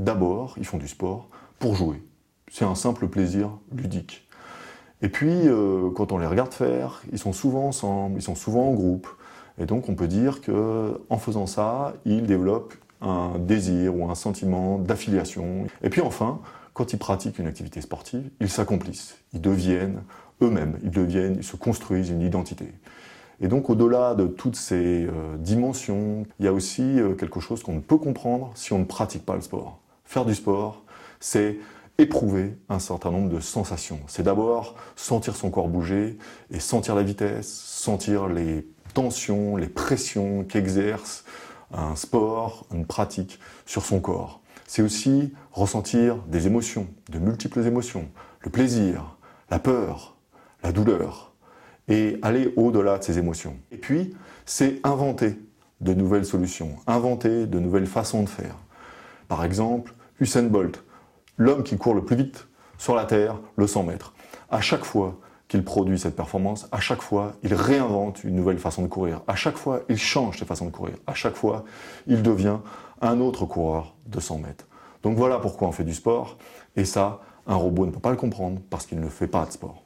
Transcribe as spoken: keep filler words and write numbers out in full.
d'abord, ils font du sport pour jouer. C'est un simple plaisir ludique. Et puis, euh, quand on les regarde faire, ils sont souvent ensemble, ils sont souvent en groupe. Et donc, on peut dire qu'en faisant ça, ils développent un désir ou un sentiment d'affiliation. Et puis enfin, quand ils pratiquent une activité sportive, ils s'accomplissent. Ils deviennent eux-mêmes, ils deviennent, ils se construisent une identité. Et donc, au-delà de toutes ces euh, dimensions, il y a aussi euh, quelque chose qu'on ne peut comprendre si on ne pratique pas le sport. Faire du sport, c'est éprouver un certain nombre de sensations. C'est d'abord sentir son corps bouger et sentir la vitesse, sentir les tensions, les pressions qu'exerce un sport, une pratique sur son corps. C'est aussi ressentir des émotions, de multiples émotions, le plaisir, la peur, la douleur, et aller au-delà de ces émotions. Et puis, c'est inventer de nouvelles solutions, inventer de nouvelles façons de faire. Par exemple, Usain Bolt, l'homme qui court le plus vite sur la Terre, le cent mètres. À chaque fois qu'il produit cette performance, à chaque fois, il réinvente une nouvelle façon de courir. À chaque fois, il change ses façons de courir. À chaque fois, il devient un autre coureur de cent mètres. Donc voilà pourquoi on fait du sport. Et ça, un robot ne peut pas le comprendre parce qu'il ne fait pas de sport.